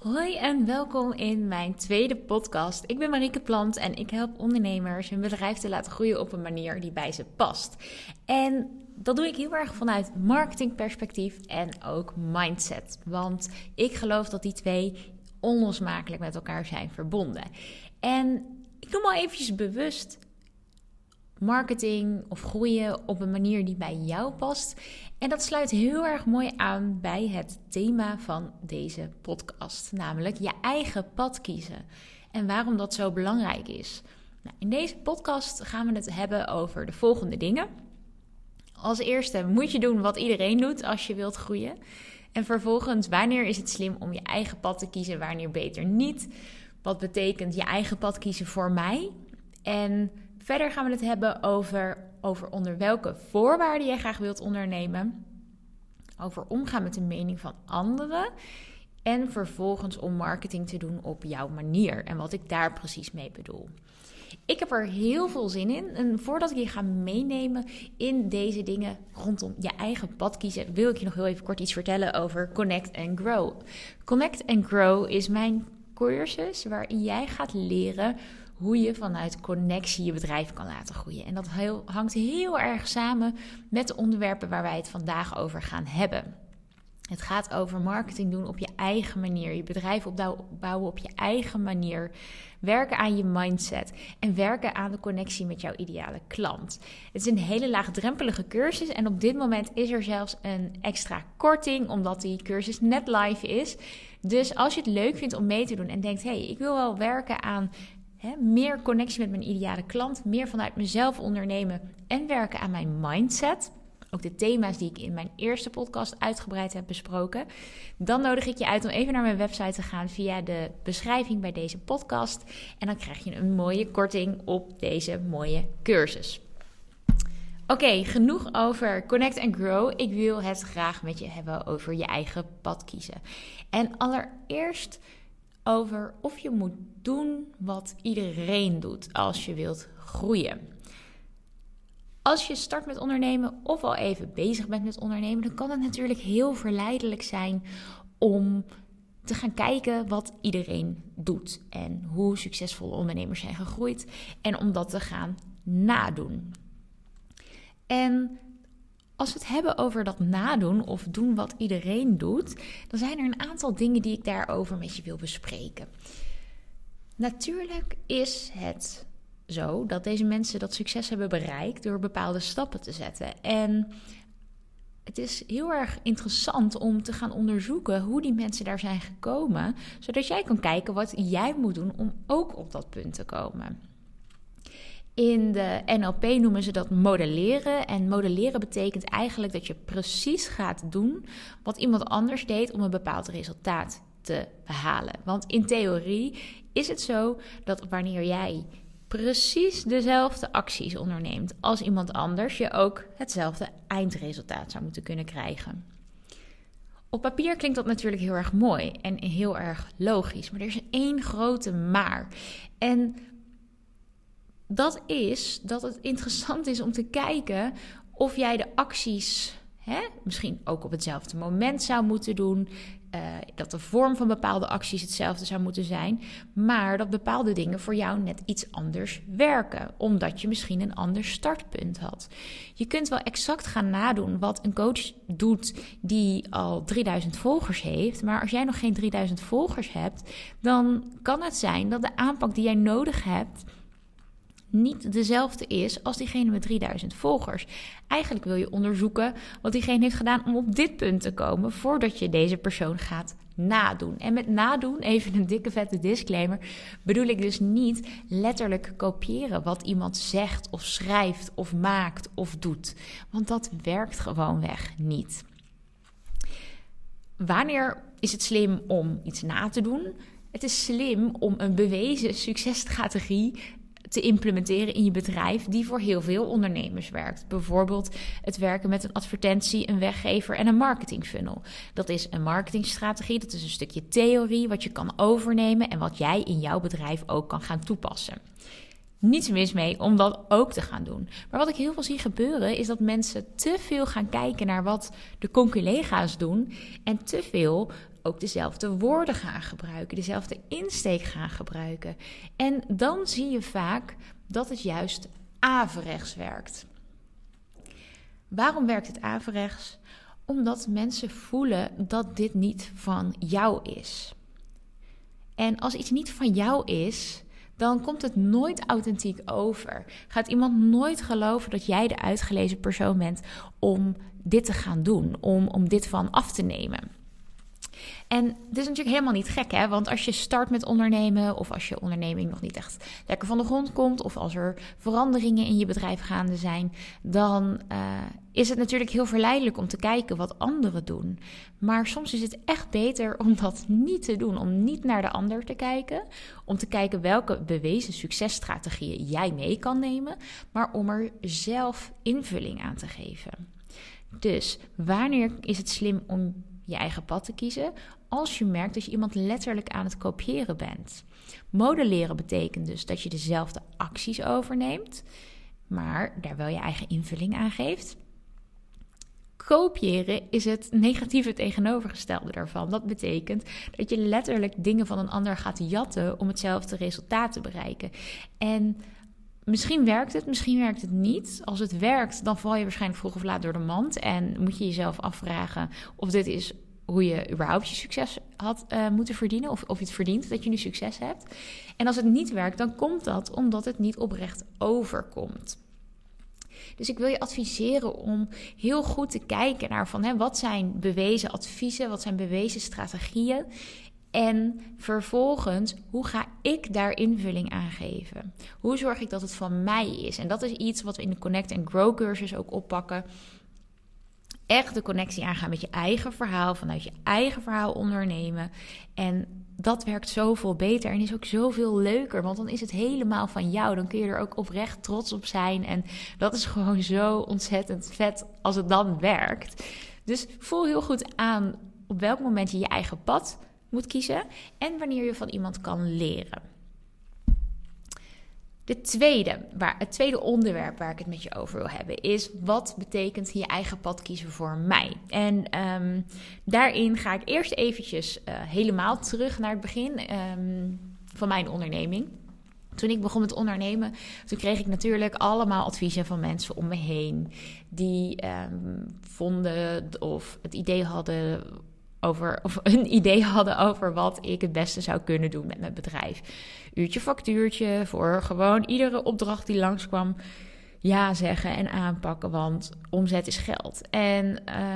Hoi en welkom in mijn tweede podcast. Ik ben Marieke Plant en ik help ondernemers hun bedrijf te laten groeien op een manier die bij ze past. En dat doe ik heel erg vanuit marketingperspectief en ook mindset. Want ik geloof dat die twee onlosmakelijk met elkaar zijn verbonden. En ik noem al eventjes bewust marketing of groeien op een manier die bij jou past. En dat sluit heel erg mooi aan bij het thema van deze podcast. Namelijk je eigen pad kiezen. En waarom dat zo belangrijk is. Nou, in deze podcast gaan we het hebben over de volgende dingen. Als eerste moet je doen wat iedereen doet als je wilt groeien. En vervolgens, wanneer is het slim om je eigen pad te kiezen, wanneer beter niet? Wat betekent je eigen pad kiezen voor mij? En verder gaan we het hebben over onder welke voorwaarden jij graag wilt ondernemen. Over omgaan met de mening van anderen. En vervolgens om marketing te doen op jouw manier. En wat ik daar precies mee bedoel. Ik heb er heel veel zin in. En voordat ik je ga meenemen in deze dingen rondom je eigen pad kiezen, wil ik je nog heel even kort iets vertellen over Connect and Grow. Connect and Grow is mijn cursus waarin jij gaat leren hoe je vanuit connectie je bedrijf kan laten groeien. En dat hangt heel erg samen met de onderwerpen waar wij het vandaag over gaan hebben. Het gaat over marketing doen op je eigen manier. Je bedrijf opbouwen op je eigen manier. Werken aan je mindset. En werken aan de connectie met jouw ideale klant. Het is een hele laagdrempelige cursus. En op dit moment is er zelfs een extra korting. Omdat die cursus net live is. Dus als je het leuk vindt om mee te doen. En denkt, ik wil wel werken aan meer connectie met mijn ideale klant. Meer vanuit mezelf ondernemen. En werken aan mijn mindset. Ook de thema's die ik in mijn eerste podcast uitgebreid heb besproken. Dan nodig ik je uit om even naar mijn website te gaan via de beschrijving bij deze podcast. En dan krijg je een mooie korting op deze mooie cursus. Oké, genoeg over Connect and Grow. Ik wil het graag met je hebben over je eigen pad kiezen. En allereerst over of je moet doen wat iedereen doet als je wilt groeien. Als je start met ondernemen of al even bezig bent met ondernemen, dan kan het natuurlijk heel verleidelijk zijn om te gaan kijken wat iedereen doet en hoe succesvolle ondernemers zijn gegroeid en om dat te gaan nadoen. En als we het hebben over dat nadoen of doen wat iedereen doet, dan zijn er een aantal dingen die ik daarover met je wil bespreken. Natuurlijk is het zo dat deze mensen dat succes hebben bereikt door bepaalde stappen te zetten. En het is heel erg interessant om te gaan onderzoeken hoe die mensen daar zijn gekomen, zodat jij kan kijken wat jij moet doen om ook op dat punt te komen. In de NLP noemen ze dat modelleren. En modelleren betekent eigenlijk dat je precies gaat doen wat iemand anders deed om een bepaald resultaat te behalen. Want in theorie is het zo dat wanneer jij precies dezelfde acties onderneemt als iemand anders, je ook hetzelfde eindresultaat zou moeten kunnen krijgen. Op papier klinkt dat natuurlijk heel erg mooi en heel erg logisch, maar er is één grote maar. En dat is dat het interessant is om te kijken of jij de acties misschien ook op hetzelfde moment zou moeten doen. Dat de vorm van bepaalde acties hetzelfde zou moeten zijn. Maar dat bepaalde dingen voor jou net iets anders werken. Omdat je misschien een ander startpunt had. Je kunt wel exact gaan nadoen wat een coach doet die al 3000 volgers heeft. Maar als jij nog geen 3000 volgers hebt, dan kan het zijn dat de aanpak die jij nodig hebt niet dezelfde is als diegene met 3000 volgers. Eigenlijk wil je onderzoeken wat diegene heeft gedaan om op dit punt te komen voordat je deze persoon gaat nadoen. En met nadoen, even een dikke vette disclaimer, bedoel ik dus niet letterlijk kopiëren wat iemand zegt of schrijft of maakt of doet. Want dat werkt gewoonweg niet. Wanneer is het slim om iets na te doen? Het is slim om een bewezen successtrategie te implementeren in je bedrijf die voor heel veel ondernemers werkt. Bijvoorbeeld het werken met een advertentie, een weggever en een marketingfunnel. Dat is een marketingstrategie, dat is een stukje theorie wat je kan overnemen en wat jij in jouw bedrijf ook kan gaan toepassen. Niets mis mee om dat ook te gaan doen. Maar wat ik heel veel zie gebeuren is dat mensen te veel gaan kijken naar wat de conculega's doen en te veel ook dezelfde woorden gaan gebruiken, dezelfde insteek gaan gebruiken. En dan zie je vaak dat het juist averechts werkt. Waarom werkt het averechts? Omdat mensen voelen dat dit niet van jou is. En als iets niet van jou is, dan komt het nooit authentiek over. Gaat iemand nooit geloven dat jij de uitgelezen persoon bent om dit te gaan doen, om dit van af te nemen. En dit is natuurlijk helemaal niet gek, hè? Want als je start met ondernemen of als je onderneming nog niet echt lekker van de grond komt of als er veranderingen in je bedrijf gaande zijn, dan is het natuurlijk heel verleidelijk om te kijken wat anderen doen. Maar soms is het echt beter om dat niet te doen, om niet naar de ander te kijken, om te kijken welke bewezen successtrategieën jij mee kan nemen, maar om er zelf invulling aan te geven. Dus wanneer is het slim om je eigen pad te kiezen? Als je merkt dat je iemand letterlijk aan het kopiëren bent. Modelleren betekent dus dat je dezelfde acties overneemt, maar daar wel je eigen invulling aan geeft. Kopiëren is het negatieve tegenovergestelde daarvan. Dat betekent dat je letterlijk dingen van een ander gaat jatten om hetzelfde resultaat te bereiken. En misschien werkt het niet. Als het werkt, dan val je waarschijnlijk vroeg of laat door de mand en moet je jezelf afvragen of dit is hoe je überhaupt je succes had moeten verdienen, of je het verdient dat je nu succes hebt. En als het niet werkt, dan komt dat omdat het niet oprecht overkomt. Dus ik wil je adviseren om heel goed te kijken naar wat zijn bewezen adviezen, wat zijn bewezen strategieën. En vervolgens, hoe ga ik daar invulling aan geven? Hoe zorg ik dat het van mij is? En dat is iets wat we in de Connect and Grow cursus ook oppakken. Echt de connectie aangaan met je eigen verhaal, vanuit je eigen verhaal ondernemen. En dat werkt zoveel beter en is ook zoveel leuker, want dan is het helemaal van jou. Dan kun je er ook oprecht trots op zijn en dat is gewoon zo ontzettend vet als het dan werkt. Dus voel heel goed aan op welk moment je je eigen pad moet kiezen en wanneer je van iemand kan leren. Het tweede onderwerp waar ik het met je over wil hebben is: wat betekent je eigen pad kiezen voor mij? En daarin ga ik eerst eventjes helemaal terug naar het begin van mijn onderneming. Toen ik begon met ondernemen, toen kreeg ik natuurlijk allemaal adviezen van mensen om me heen die vonden of het idee hadden een idee hadden over wat ik het beste zou kunnen doen met mijn bedrijf. Uurtje factuurtje voor gewoon iedere opdracht die langskwam ja zeggen en aanpakken, want omzet is geld. En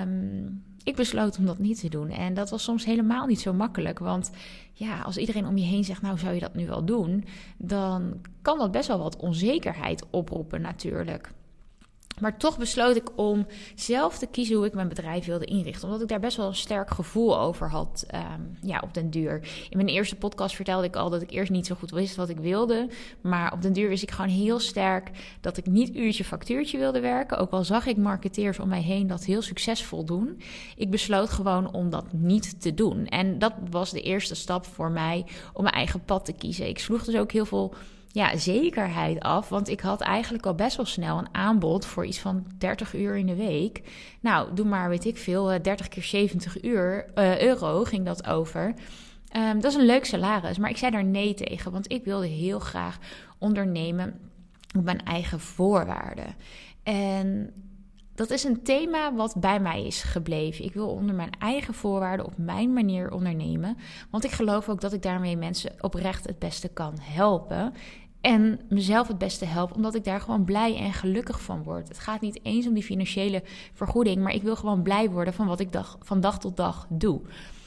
ik besloot om dat niet te doen. En dat was soms helemaal niet zo makkelijk, want ja, als iedereen om je heen zegt, nou zou je dat nu wel doen, dan kan dat best wel wat onzekerheid oproepen natuurlijk. Maar toch besloot ik om zelf te kiezen hoe ik mijn bedrijf wilde inrichten. Omdat ik daar best wel een sterk gevoel over had op den duur. In mijn eerste podcast vertelde ik al dat ik eerst niet zo goed wist wat ik wilde. Maar op den duur wist ik gewoon heel sterk dat ik niet uurtje factuurtje wilde werken. Ook al zag ik marketeers om mij heen dat heel succesvol doen. Ik besloot gewoon om dat niet te doen. En dat was de eerste stap voor mij om mijn eigen pad te kiezen. Ik sloeg dus ook heel veel zekerheid af, want ik had eigenlijk al best wel snel een aanbod voor iets van 30 uur in de week. Nou, doe maar, weet ik veel, 30 keer 70 euro ging dat over. Dat is een leuk salaris, maar ik zei daar nee tegen, want ik wilde heel graag ondernemen op mijn eigen voorwaarden. En dat is een thema wat bij mij is gebleven. Ik wil onder mijn eigen voorwaarden op mijn manier ondernemen, want ik geloof ook dat ik daarmee mensen oprecht het beste kan helpen. En mezelf het beste helpen, omdat ik daar gewoon blij en gelukkig van word. Het gaat niet eens om die financiële vergoeding, maar ik wil gewoon blij worden van wat ik van dag tot dag doe.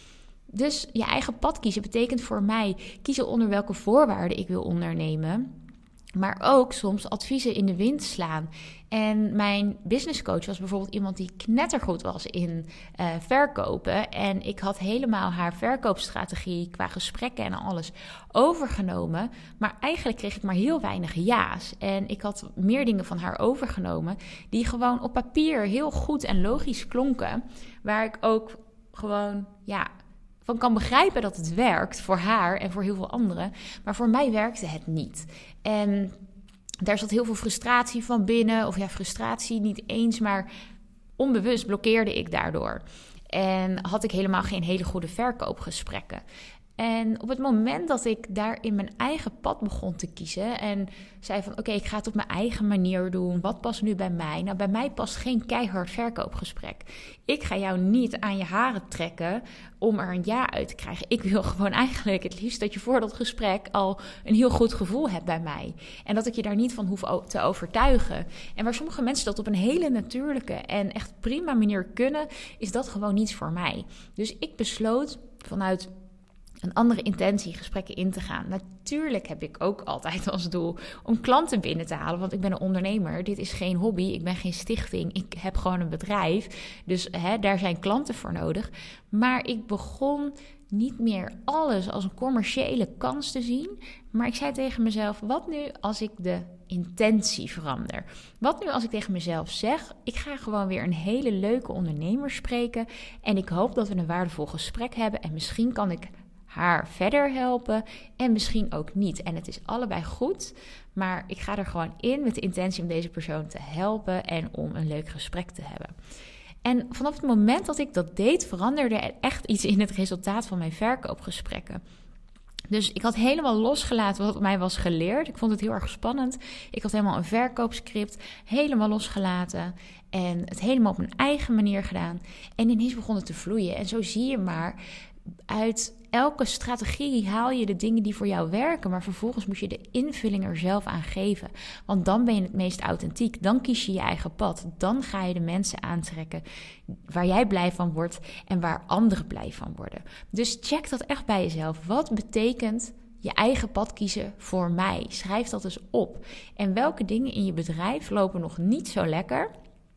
Dus je eigen pad kiezen betekent voor mij kiezen onder welke voorwaarden ik wil ondernemen. Maar ook soms adviezen in de wind slaan. En mijn businesscoach was bijvoorbeeld iemand die knettergoed was in verkopen. En ik had helemaal haar verkoopstrategie qua gesprekken en alles overgenomen. Maar eigenlijk kreeg ik maar heel weinig ja's. En ik had meer dingen van haar overgenomen die gewoon op papier heel goed en logisch klonken. Waar ik ook gewoon van kan begrijpen dat het werkt voor haar en voor heel veel anderen. Maar voor mij werkte het niet. En daar zat heel veel frustratie van binnen. Of frustratie niet eens, maar onbewust blokkeerde ik daardoor. En had ik helemaal geen hele goede verkoopgesprekken. En op het moment dat ik daar in mijn eigen pad begon te kiezen en zei van oké, ik ga het op mijn eigen manier doen. Wat past nu bij mij? Nou, bij mij past geen keihard verkoopgesprek. Ik ga jou niet aan je haren trekken om er een ja uit te krijgen. Ik wil gewoon eigenlijk het liefst dat je voor dat gesprek al een heel goed gevoel hebt bij mij. En dat ik je daar niet van hoef te overtuigen. En waar sommige mensen dat op een hele natuurlijke en echt prima manier kunnen, is dat gewoon niets voor mij. Dus ik besloot vanuit een andere intentie gesprekken in te gaan. Natuurlijk heb ik ook altijd als doel om klanten binnen te halen, want ik ben een ondernemer. Dit is geen hobby, ik ben geen stichting, ik heb gewoon een bedrijf. Dus daar zijn klanten voor nodig. Maar ik begon niet meer alles als een commerciële kans te zien. Maar ik zei tegen mezelf, wat nu als ik de intentie verander? Wat nu als ik tegen mezelf zeg, ik ga gewoon weer een hele leuke ondernemer spreken en ik hoop dat we een waardevol gesprek hebben en misschien kan ik haar verder helpen en misschien ook niet. En het is allebei goed, maar ik ga er gewoon in met de intentie om deze persoon te helpen en om een leuk gesprek te hebben. En vanaf het moment dat ik dat deed, veranderde er echt iets in het resultaat van mijn verkoopgesprekken. Dus ik had helemaal losgelaten wat mij was geleerd. Ik vond het heel erg spannend. Ik had helemaal een verkoopscript helemaal losgelaten en het helemaal op mijn eigen manier gedaan. En ineens begon het te vloeien. En zo zie je maar, uit elke strategie haal je de dingen die voor jou werken, maar vervolgens moet je de invulling er zelf aan geven. Want dan ben je het meest authentiek. Dan kies je je eigen pad. Dan ga je de mensen aantrekken waar jij blij van wordt en waar anderen blij van worden. Dus check dat echt bij jezelf. Wat betekent je eigen pad kiezen voor mij? Schrijf dat eens op. En welke dingen in je bedrijf lopen nog niet zo lekker?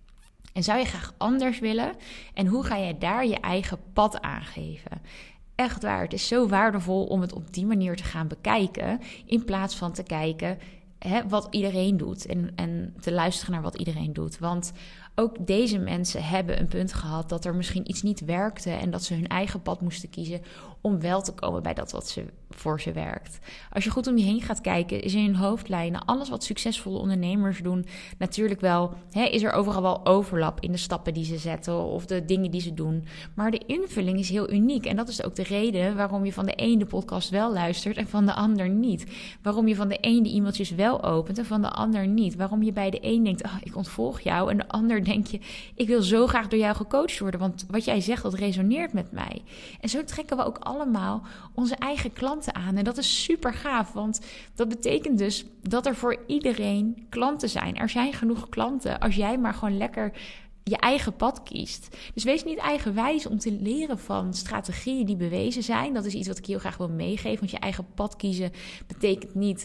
En zou je graag anders willen? En hoe ga jij daar je eigen pad aangeven? Echt waar, het is zo waardevol om het op die manier te gaan bekijken, in plaats van te kijken wat iedereen doet en te luisteren naar wat iedereen doet. Want ook deze mensen hebben een punt gehad dat er misschien iets niet werkte en dat ze hun eigen pad moesten kiezen om wel te komen bij dat wat voor ze werkt. Als je goed om je heen gaat kijken, is in hun hoofdlijnen alles wat succesvolle ondernemers doen natuurlijk wel, is er overal wel overlap in de stappen die ze zetten of de dingen die ze doen. Maar de invulling is heel uniek en dat is ook de reden waarom je van de een de podcast wel luistert en van de ander niet. Waarom je van de een de e-mailtjes wel opent en van de ander niet. Waarom je bij de een denkt, ik ontvolg jou en de ander denk je, ik wil zo graag door jou gecoacht worden, want wat jij zegt, dat resoneert met mij. En zo trekken we ook allemaal onze eigen klanten aan. En dat is super gaaf, want dat betekent dus dat er voor iedereen klanten zijn. Er zijn genoeg klanten als jij maar gewoon lekker je eigen pad kiest. Dus wees niet eigenwijs om te leren van strategieën die bewezen zijn. Dat is iets wat ik heel graag wil meegeven. Want je eigen pad kiezen betekent niet,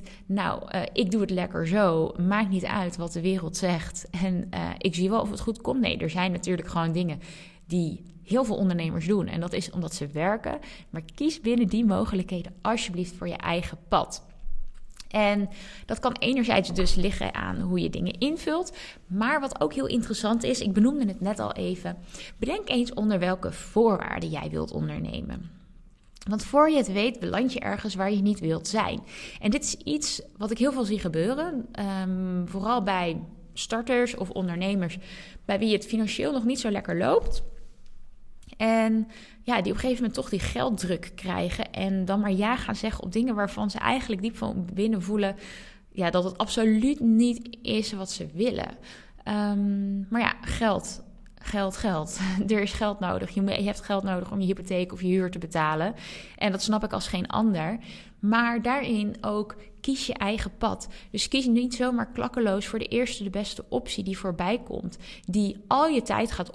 ik doe het lekker zo. Maakt niet uit wat de wereld zegt. En ik zie wel of het goed komt. Nee, er zijn natuurlijk gewoon dingen die heel veel ondernemers doen. En dat is omdat ze werken. Maar kies binnen die mogelijkheden alsjeblieft voor je eigen pad. En dat kan enerzijds dus liggen aan hoe je dingen invult. Maar wat ook heel interessant is, ik benoemde het net al even. Bedenk eens onder welke voorwaarden jij wilt ondernemen. Want voor je het weet, beland je ergens waar je niet wilt zijn. En dit is iets wat ik heel veel zie gebeuren. Vooral bij starters of ondernemers bij wie het financieel nog niet zo lekker loopt. En ja, die op een gegeven moment toch die gelddruk krijgen en dan maar ja gaan zeggen op dingen waarvan ze eigenlijk diep van binnen voelen dat het absoluut niet is wat ze willen. Maar ja, geld. Er is geld nodig. Je hebt geld nodig om je hypotheek of je huur te betalen. En dat snap ik als geen ander. Maar daarin ook kies je eigen pad. Dus kies niet zomaar klakkeloos voor de eerste de beste optie die voorbij komt. Die al je tijd gaat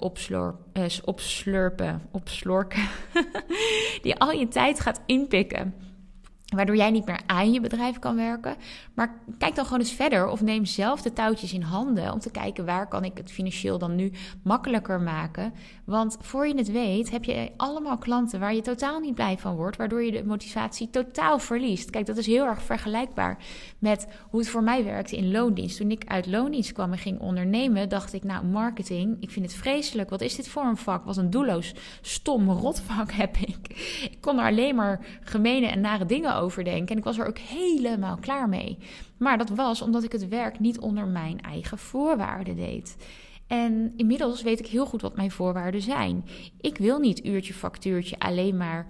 opslorken. Die al je tijd gaat inpikken. Waardoor jij niet meer aan je bedrijf kan werken. Maar kijk dan gewoon eens verder of neem zelf de touwtjes in handen om te kijken waar kan ik het financieel dan nu makkelijker maken. Want voor je het weet heb je allemaal klanten waar je totaal niet blij van wordt. Waardoor je de motivatie totaal verliest. Kijk, dat is heel erg vergelijkbaar met hoe het voor mij werkte in loondienst. Toen ik uit loondienst kwam en ging ondernemen, dacht ik, marketing, ik vind het vreselijk. Wat is dit voor een vak? Wat een doelloos, stom, rotvak heb ik. Ik kon er alleen maar gemene en nare dingen over denken. En ik was er ook helemaal klaar mee. Maar dat was omdat ik het werk niet onder mijn eigen voorwaarden deed. En inmiddels weet ik heel goed wat mijn voorwaarden zijn. Ik wil niet uurtje factuurtje alleen maar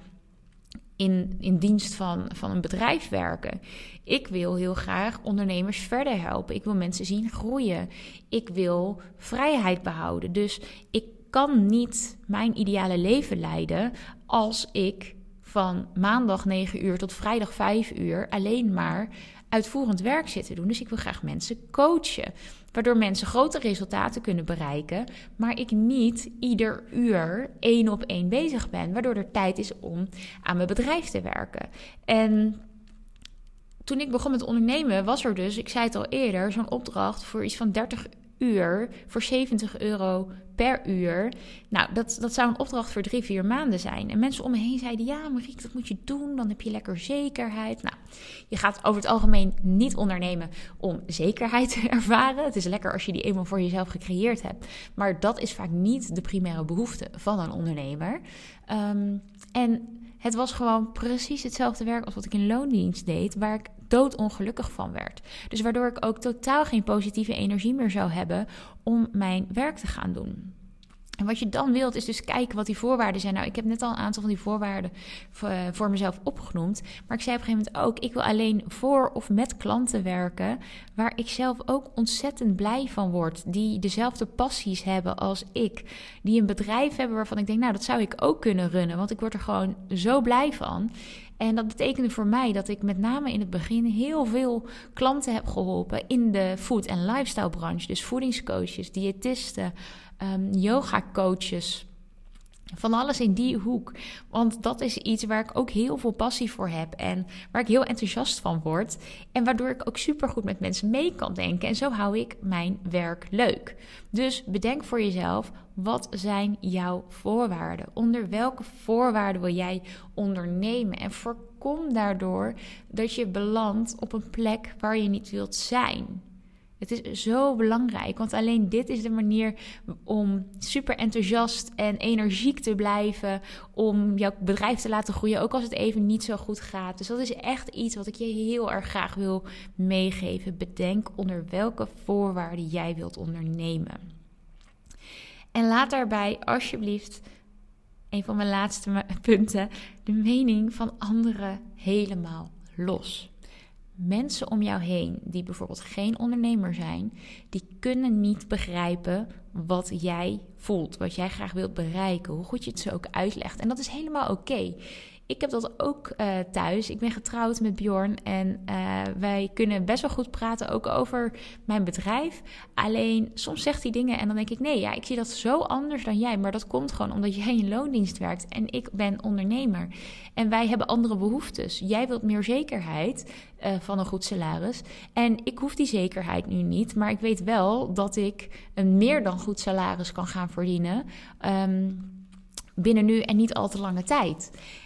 in dienst van een bedrijf werken. Ik wil heel graag ondernemers verder helpen. Ik wil mensen zien groeien. Ik wil vrijheid behouden. Dus ik kan niet mijn ideale leven leiden als ik van maandag 9 uur tot vrijdag 5 uur alleen maar uitvoerend werk zit te doen. Dus ik wil graag mensen coachen, waardoor mensen grote resultaten kunnen bereiken, maar ik niet ieder uur 1-op-1 bezig ben, waardoor er tijd is om aan mijn bedrijf te werken. En toen ik begon met ondernemen was er dus, ik zei het al eerder, zo'n opdracht voor iets van 30 uur voor €70 per uur. Nou, dat zou een opdracht voor 3-4 maanden zijn. En mensen om me heen zeiden, ja Marieke, dat moet je doen, dan heb je lekker zekerheid. Nou, je gaat over het algemeen niet ondernemen om zekerheid te ervaren. Het is lekker als je die eenmaal voor jezelf gecreëerd hebt. Maar dat is vaak niet de primaire behoefte van een ondernemer. En het was gewoon precies hetzelfde werk als wat ik in loondienst deed, waar ik doodongelukkig van werd. Dus waardoor ik ook totaal geen positieve energie meer zou hebben om mijn werk te gaan doen. En wat je dan wilt is dus kijken wat die voorwaarden zijn. Nou, ik heb net al een aantal van die voorwaarden voor mezelf opgenoemd. Maar ik zei op een gegeven moment ook, ik wil alleen voor of met klanten werken waar ik zelf ook ontzettend blij van word. Die dezelfde passies hebben als ik. Die een bedrijf hebben waarvan ik denk, nou, dat zou ik ook kunnen runnen. Want ik word er gewoon zo blij van. En dat betekende voor mij dat ik met name in het begin heel veel klanten heb geholpen in de food- en lifestyle branche. Dus voedingscoaches, diëtisten, yoga coaches, van alles in die hoek. Want dat is iets waar ik ook heel veel passie voor heb en waar ik heel enthousiast van word. En waardoor ik ook supergoed met mensen mee kan denken. En zo hou ik mijn werk leuk. Dus bedenk voor jezelf, wat zijn jouw voorwaarden? Onder welke voorwaarden wil jij ondernemen? En voorkom daardoor dat je belandt op een plek waar je niet wilt zijn. Het is zo belangrijk, want alleen dit is de manier om super enthousiast en energiek te blijven, om jouw bedrijf te laten groeien, ook als het even niet zo goed gaat. Dus dat is echt iets wat ik je heel erg graag wil meegeven. Bedenk onder welke voorwaarden jij wilt ondernemen. En laat daarbij alsjeblieft, een van mijn laatste punten, de mening van anderen helemaal los. Mensen om jou heen die bijvoorbeeld geen ondernemer zijn, die kunnen niet begrijpen wat jij voelt, wat jij graag wilt bereiken, hoe goed je het ze ook uitlegt. En dat is helemaal oké. Ik heb dat ook thuis. Ik ben getrouwd met Bjorn en wij kunnen best wel goed praten ook over mijn bedrijf. Alleen soms zegt hij dingen en dan denk ik, nee, ja, ik zie dat zo anders dan jij. Maar dat komt gewoon omdat jij in loondienst werkt en ik ben ondernemer. En wij hebben andere behoeftes. Jij wilt meer zekerheid van een goed salaris. En ik hoef die zekerheid nu niet, maar ik weet wel dat ik een meer dan goed salaris kan gaan verdienen binnen nu en niet al te lange tijd.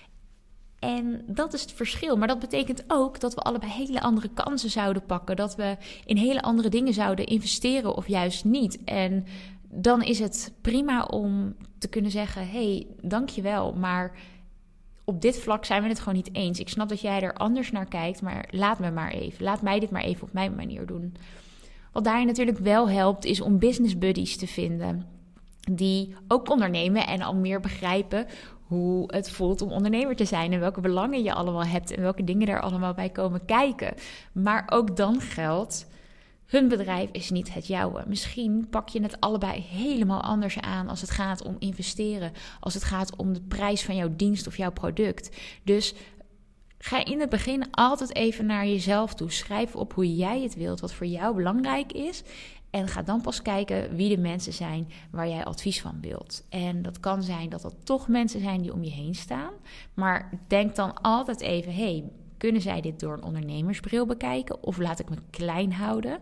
En dat is het verschil. Maar dat betekent ook dat we allebei hele andere kansen zouden pakken. Dat we in hele andere dingen zouden investeren of juist niet. En dan is het prima om te kunnen zeggen, hey, dankjewel, maar op dit vlak zijn we het gewoon niet eens. Ik snap dat jij er anders naar kijkt, maar laat me maar even. Laat mij dit maar even op mijn manier doen. Wat daarin natuurlijk wel helpt, is om business buddies te vinden die ook ondernemen en al meer begrijpen hoe het voelt om ondernemer te zijn en welke belangen je allemaal hebt en welke dingen er allemaal bij komen kijken. Maar ook dan geldt, hun bedrijf is niet het jouwe. Misschien pak je het allebei helemaal anders aan als het gaat om investeren, als het gaat om de prijs van jouw dienst of jouw product. Dus ga in het begin altijd even naar jezelf toe. Schrijf op hoe jij het wilt, wat voor jou belangrijk is. En ga dan pas kijken wie de mensen zijn waar jij advies van wilt. En dat kan zijn dat dat toch mensen zijn die om je heen staan. Maar denk dan altijd even, hey, kunnen zij dit door een ondernemersbril bekijken? Of laat ik me klein houden?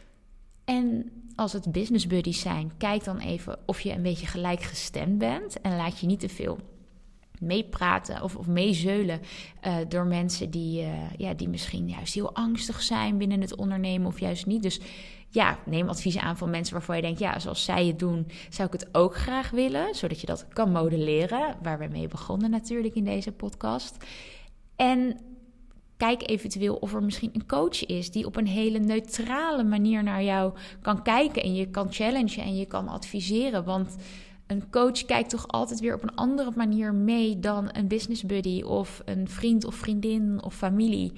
En als het business buddies zijn, kijk dan even of je een beetje gelijkgestemd bent. En laat je niet te veel meepraten of meezeulen door mensen die misschien juist heel angstig zijn binnen het ondernemen of juist niet. Dus ja, neem adviezen aan van mensen waarvan je denkt, ja, zoals zij het doen, zou ik het ook graag willen, zodat je dat kan modelleren, waar we mee begonnen natuurlijk in deze podcast. En Kijk eventueel of er misschien een coach is die op een hele neutrale manier naar jou kan kijken en je kan challengen en je kan adviseren. Want een coach kijkt toch altijd weer op een andere manier mee dan een business buddy of een vriend of vriendin of familie.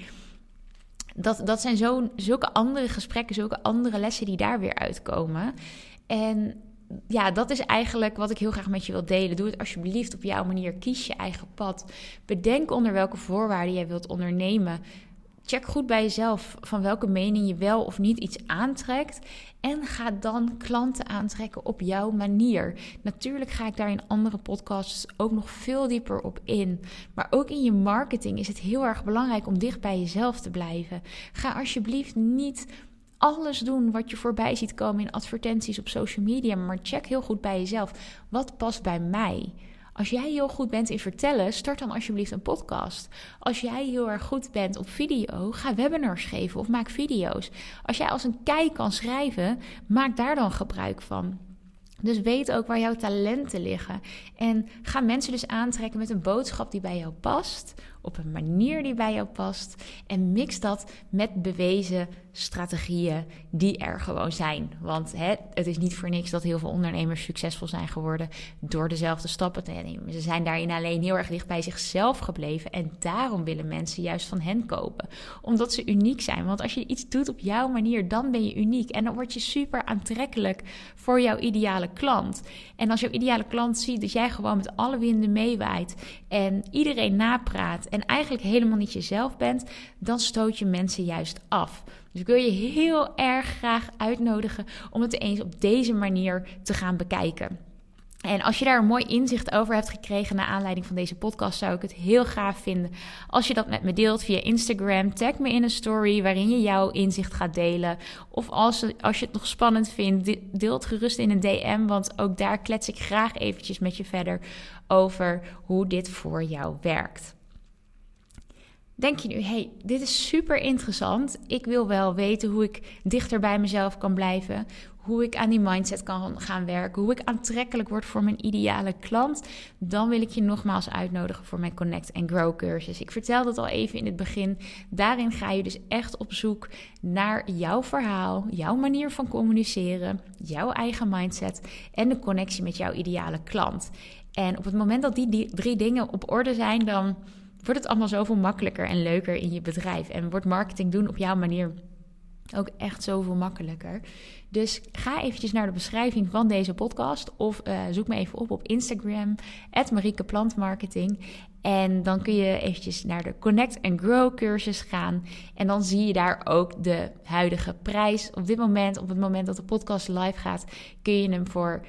Dat zijn zulke andere gesprekken, zulke andere lessen die daar weer uitkomen. En ja, dat is eigenlijk wat ik heel graag met je wil delen. Doe het alsjeblieft op jouw manier. Kies je eigen pad. Bedenk onder welke voorwaarden jij wilt ondernemen. Check goed bij jezelf van welke mening je wel of niet iets aantrekt. En ga dan klanten aantrekken op jouw manier. Natuurlijk ga ik daar in andere podcasts ook nog veel dieper op in. Maar ook in je marketing is het heel erg belangrijk om dicht bij jezelf te blijven. Ga alsjeblieft niet alles doen wat je voorbij ziet komen in advertenties op social media. Maar check heel goed bij jezelf. Wat past bij mij? Als jij heel goed bent in vertellen, start dan alsjeblieft een podcast. Als jij heel erg goed bent op video, ga webinars geven of maak video's. Als jij als een kei kan schrijven, maak daar dan gebruik van. Dus weet ook waar jouw talenten liggen. En ga mensen dus aantrekken met een boodschap die bij jou past. Op een manier die bij jou past. En mix dat met bewezen strategieën die er gewoon zijn. Want het is niet voor niks dat heel veel ondernemers succesvol zijn geworden door dezelfde stappen te nemen. Ze zijn daarin alleen heel erg dicht bij zichzelf gebleven. En daarom willen mensen juist van hen kopen. Omdat ze uniek zijn. Want als je iets doet op jouw manier, dan ben je uniek. En dan word je super aantrekkelijk voor jouw ideale klant. En als jouw ideale klant ziet dat jij gewoon met alle winden meewaait en iedereen napraat en eigenlijk helemaal niet jezelf bent, dan stoot je mensen juist af. Dus ik wil je heel erg graag uitnodigen om het eens op deze manier te gaan bekijken. En als je daar een mooi inzicht over hebt gekregen naar aanleiding van deze podcast, zou ik het heel gaaf vinden als je dat met me deelt via Instagram. Tag me in een story waarin je jouw inzicht gaat delen. Of als je het nog spannend vindt, deel het gerust in een DM, want ook daar klets ik graag eventjes met je verder over hoe dit voor jou werkt. Denk je nu, hey, dit is super interessant. Ik wil wel weten hoe ik dichter bij mezelf kan blijven. Hoe ik aan die mindset kan gaan werken. Hoe ik aantrekkelijk word voor mijn ideale klant. Dan wil ik je nogmaals uitnodigen voor mijn Connect and Grow cursus. Ik vertelde het al even in het begin. Daarin ga je dus echt op zoek naar jouw verhaal. Jouw manier van communiceren. Jouw eigen mindset. En de connectie met jouw ideale klant. En op het moment dat die 3 dingen op orde zijn, dan wordt het allemaal zoveel makkelijker en leuker in je bedrijf. En wordt marketing doen op jouw manier ook echt zoveel makkelijker. Dus ga eventjes naar de beschrijving van deze podcast of zoek me even op Instagram @MariekkePlantmarketing. En dan kun je eventjes naar de Connect and Grow cursus gaan. En dan zie je daar ook de huidige prijs. Op dit moment, op het moment dat de podcast live gaat, kun je hem voor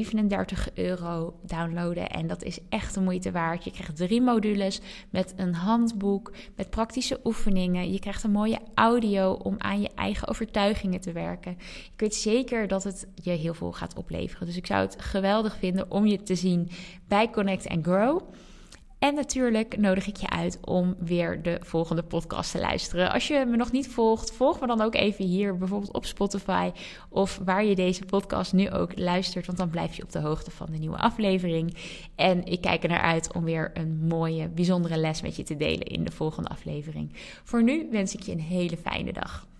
€37 downloaden. En dat is echt de moeite waard. Je krijgt 3 modules met een handboek, met praktische oefeningen. Je krijgt een mooie audio om aan je eigen overtuigingen te werken. Ik weet zeker dat het je heel veel gaat opleveren. Dus ik zou het geweldig vinden om je te zien bij Connect and Grow. En natuurlijk nodig ik je uit om weer de volgende podcast te luisteren. Als je me nog niet volgt, volg me dan ook even hier, bijvoorbeeld op Spotify of waar je deze podcast nu ook luistert, want dan blijf je op de hoogte van de nieuwe aflevering. En ik kijk er naar uit om weer een mooie, bijzondere les met je te delen in de volgende aflevering. Voor nu wens ik je een hele fijne dag.